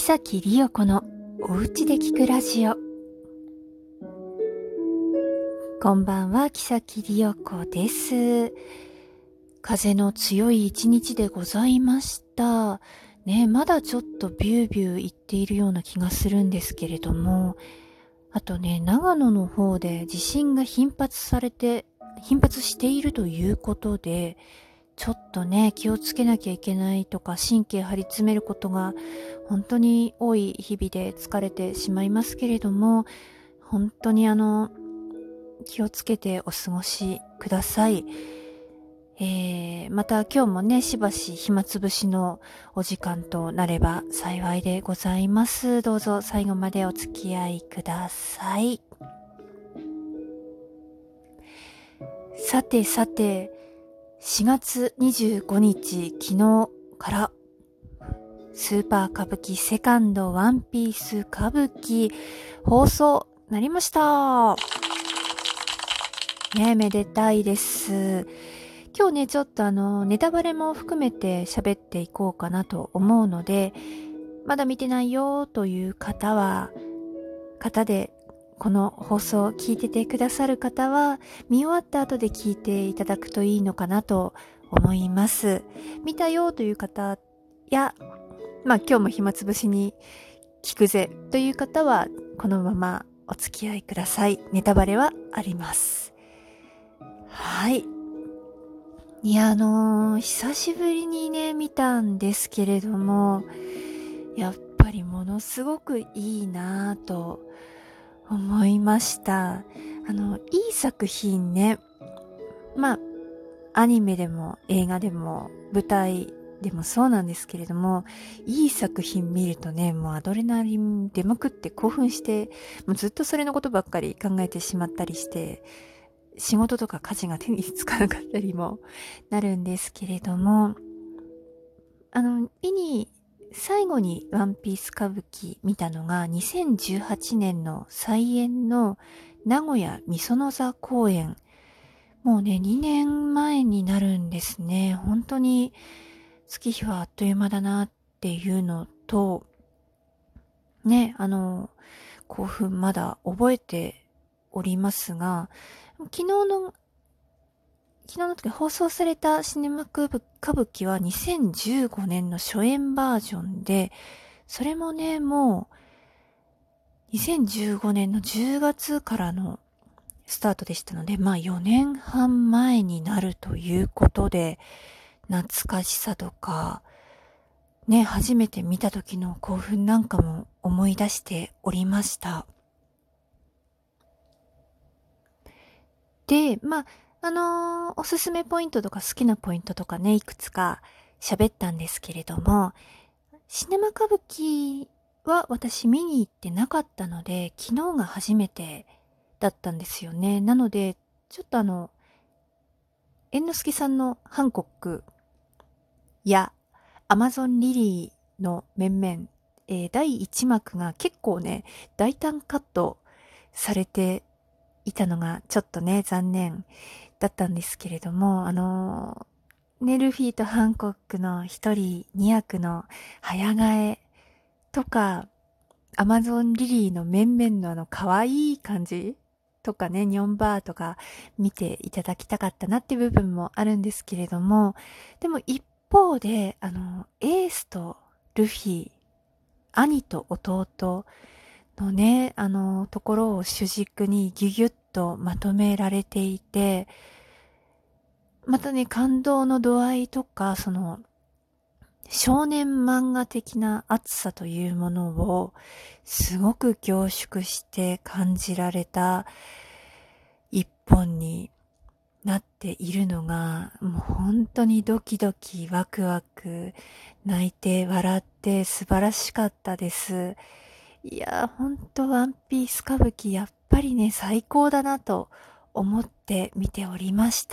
崎りよ子のおうちで聞くラジオ。こんばんは、木崎りよ子です。風の強い一日でございましたね。まだちょっとビュービュー言っているような気がするんですけれども、あとね、長野の方で地震が頻発しているということで、ちょっとね、気をつけなきゃいけないとか、神経張り詰めることが本当に多い日々で疲れてしまいますけれども、本当に気をつけてお過ごしください。また今日もね、しばし暇つぶしのお時間となれば幸いでございます。どうぞ最後までお付き合いください。さて、4月25日昨日からスーパー歌舞伎セカンドワンピース歌舞伎放送なりました。ね、めでたいです。今日ね、ちょっとネタバレも含めて喋っていこうかなと思うので、まだ見てないよという方でこの放送を聞いててくださる方は、見終わった後で聞いていただくといいのかなと思います。見たよという方や、今日も暇つぶしに聞くぜという方は、このままお付き合いください。ネタバレはあります。はい。いや、久しぶりにね、見たんですけれども、やっぱりものすごくいいなぁと思いました。いい作品ね。アニメでも映画でも舞台でもそうなんですけれども、いい作品見るとね、もうアドレナリン出まくって興奮して、もうずっとそれのことばっかり考えてしまったりして、仕事とか家事が手につかなかったりもなるんですけれども、最後にワンピース歌舞伎見たのが2018年の再演の名古屋御園座公演。もうね、2年前になるんですね。本当に月日はあっという間だなっていうのと、ね、興奮まだ覚えておりますが、昨日の時放送されたシネマ歌舞伎は2015年の初演バージョンで、それもね、もう2015年の10月からのスタートでしたので、4年半前になるということで、懐かしさとか、ね、初めて見た時の興奮なんかも思い出しておりました。で、おすすめポイントとか好きなポイントとかね、いくつか喋ったんですけれども、シネマ歌舞伎は私見に行ってなかったので、昨日が初めてだったんですよね。なので、ちょっと猿之助さんのハンコックやアマゾンリリーの面々、第1幕が結構ね、大胆カットされていたのがちょっとね、残念だったんですけれども、ルフィとハンコックの一人二役の早替えとか、アマゾンリリーの面々の可愛い感じとかね、ニョンバーとか見ていただきたかったなっていう部分もあるんですけれども、でも一方で、エースとルフィ、兄と弟のね、ところを主軸にギュギュッとまとめられていて、またね、感動の度合いとか、少年漫画的な熱さというものをすごく凝縮して感じられた一本になっているのが、もう本当にドキドキワクワク泣いて笑って素晴らしかったです。いやー、本当ワンピース歌舞伎やっぱりね、最高だなと思って見ておりました。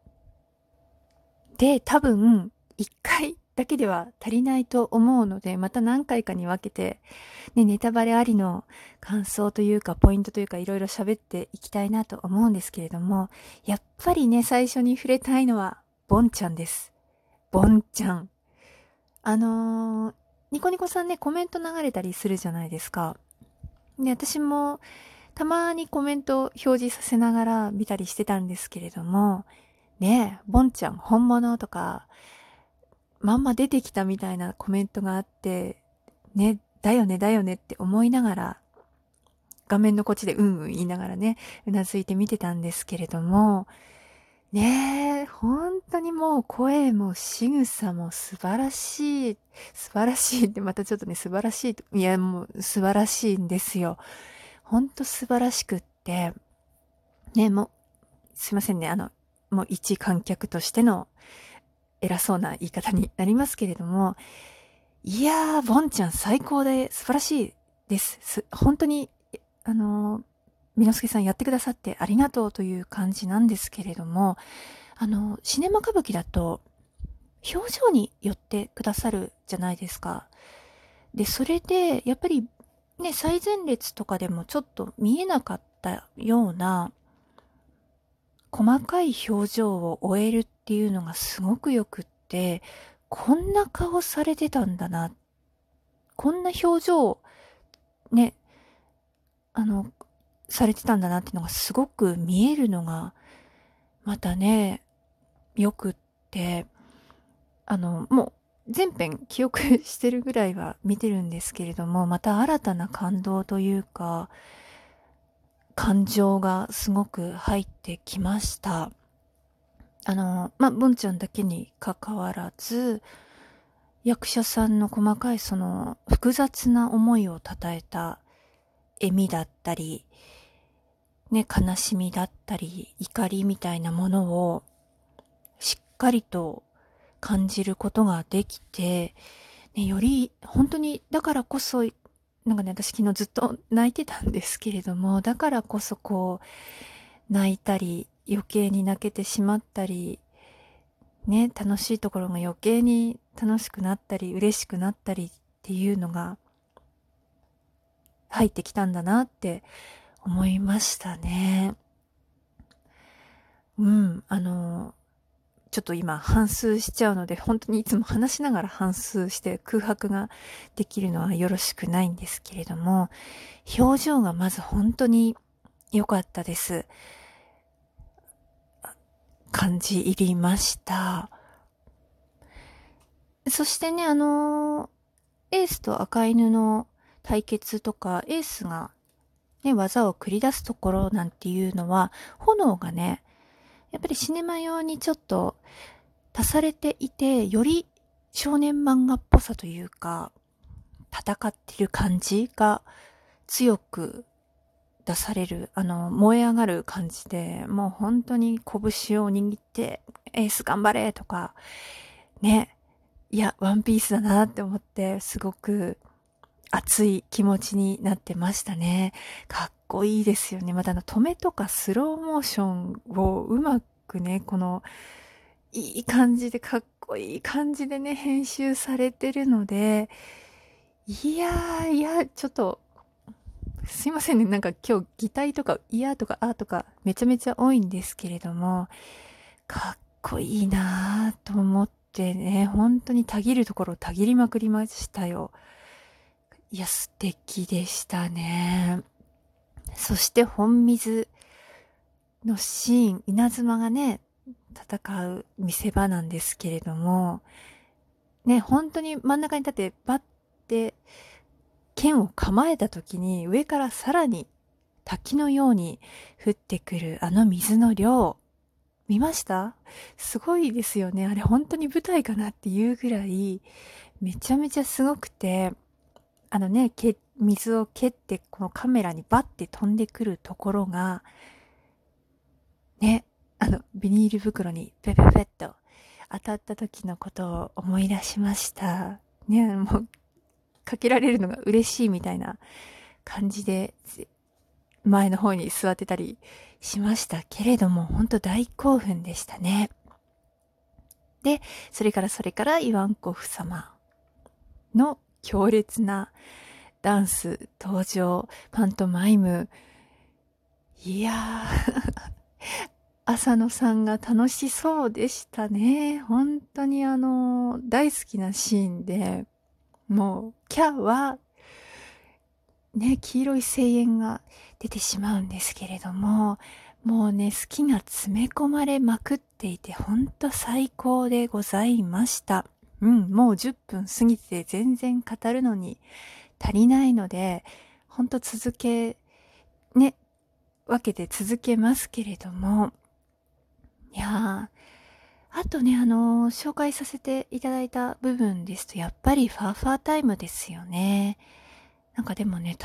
で、多分一回だけでは足りないと思うので、また何回かに分けて、ね、ネタバレありの感想というかポイントというかいろいろ喋っていきたいなと思うんですけれども、やっぱりね、最初に触れたいのはボンちゃんです。ボンちゃん。 ニコニコさんね、コメント流れたりするじゃないですか。で、私もたまにコメント表示させながら見たりしてたんですけれども、ねえ、ボンちゃん本物とか、まんま出てきたみたいなコメントがあって、ね、だよねだよねって思いながら、画面のこっちでうんうん言いながらね、うなずいて見てたんですけれども、ねえ、本当にもう声も仕草も素晴らしい。素晴らしいってまたちょっとね、素晴らしい。いや、もう素晴らしいんですよ。本当素晴らしくって、ね、もう、すいませんね、もう一観客としての偉そうな言い方になりますけれども、いやー、ボンちゃん最高で素晴らしいです。本当に、みのすけさんやってくださってありがとうという感じなんですけれども、シネマ歌舞伎だと、表情に寄ってくださるじゃないですか。で、それで、やっぱり、ね、最前列とかでもちょっと見えなかったような、細かい表情を終えるっていうのがすごくよくって、こんな顔されてたんだな。こんな表情、ね、あの、されてたんだなっていうのがすごく見えるのが、またね、よくって、もう全編記憶してるぐらいは見てるんですけれども、また新たな感動というか、感情がすごく入ってきました。文ちゃんだけに関わらず、役者さんの細かいその複雑な思いをたたえた笑みだったり、ね、悲しみだったり、怒りみたいなものをしっかりと感じることができて、ね、より本当にだからこそ、なんかね、私昨日ずっと泣いてたんですけれども、だからこそこう、泣いたり、余計に泣けてしまったり、ね、楽しいところが余計に楽しくなったり、嬉しくなったりっていうのが入ってきたんだなって思いましたね。うん、ちょっと今反芻しちゃうので、本当にいつも話しながら反芻して空白ができるのはよろしくないんですけれども、表情がまず本当に良かったです。感じ入りました。そしてね、エースと赤犬の対決とか、エースがね、技を繰り出すところなんていうのは、炎がね、やっぱりシネマ用にちょっと足されていて、より少年漫画っぽさというか、戦ってる感じが強く出される、燃え上がる感じで、もう本当に拳を握って、エース頑張れとか、ね、いや、ワンピースだなって思って、すごく熱い気持ちになってましたね。かっこいいですよね。また止めとかスローモーションをうまくね、この、いい感じで、かっこいい感じでね、編集されてるので、いやー、いや、ちょっと、すいませんね。なんか今日擬態とか、いやとか、あとか、めちゃめちゃ多いんですけれども、かっこいいなーと思ってね、本当にたぎるところたぎりまくりましたよ。いや、素敵でしたね。そして本水のシーン、稲妻がね、戦う見せ場なんですけれども、ね、本当に真ん中に立ってバッて剣を構えた時に上からさらに滝のように降ってくるあの水の量、見ました？すごいですよね。あれ本当に舞台かなっていうぐらい、めちゃめちゃすごくて、水を蹴って、このカメラにバッて飛んでくるところが、ね、ビニール袋にペペペッと当たった時のことを思い出しました。ね、もう、かけられるのが嬉しいみたいな感じで、前の方に座ってたりしましたけれども、ほんと大興奮でしたね。で、それからイワンコフ様の強烈なダンス、登場、パントマイム。いやー、浅野さんが楽しそうでしたね。本当に大好きなシーンで、 もう、キャは、ね、黄色い声援が出てしまうんですけれども、もうね、好きが詰め込まれまくっていて、ほんと最高でございました。もう10分過ぎて全然語るのに足りないので、ほんとね、分けて続けますけれども、いやあとね、紹介させていただいた部分ですと、やっぱりファーファータイムですよね。なんかでもね、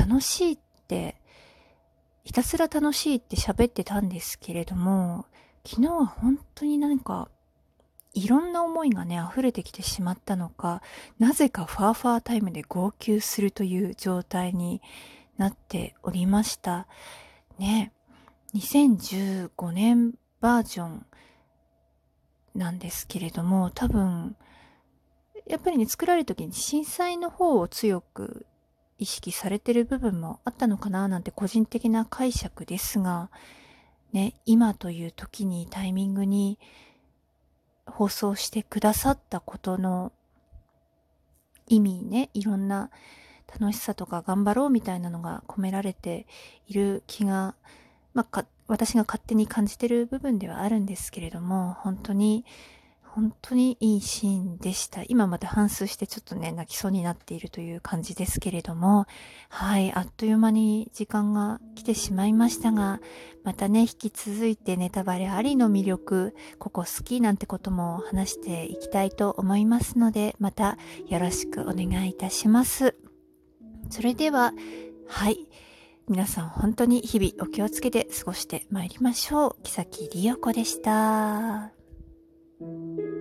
ひたすら楽しいって喋ってたんですけれども、昨日は本当にいろんな思いがね、溢れてきてしまったのか、なぜかファーファータイムで号泣するという状態になっておりました。ね、2015年バージョンなんですけれども、多分、やっぱりね、作られる時に震災の方を強く意識されてる部分もあったのかななんて個人的な解釈ですが、ね、今という時にタイミングに放送してくださったことの意味ね、いろんな楽しさとか頑張ろうみたいなのが込められている気が、私が勝手に感じてる部分ではあるんですけれども、本当にいいシーンでした。今また反芻してちょっとね、泣きそうになっているという感じですけれども、はい、あっという間に時間が来てしまいましたが、またね、引き続いてネタバレありの魅力、ここ好きなんてことも話していきたいと思いますので、またよろしくお願いいたします。それでは、はい。皆さん本当に日々お気をつけて過ごしてまいりましょう。木崎りよ子でした。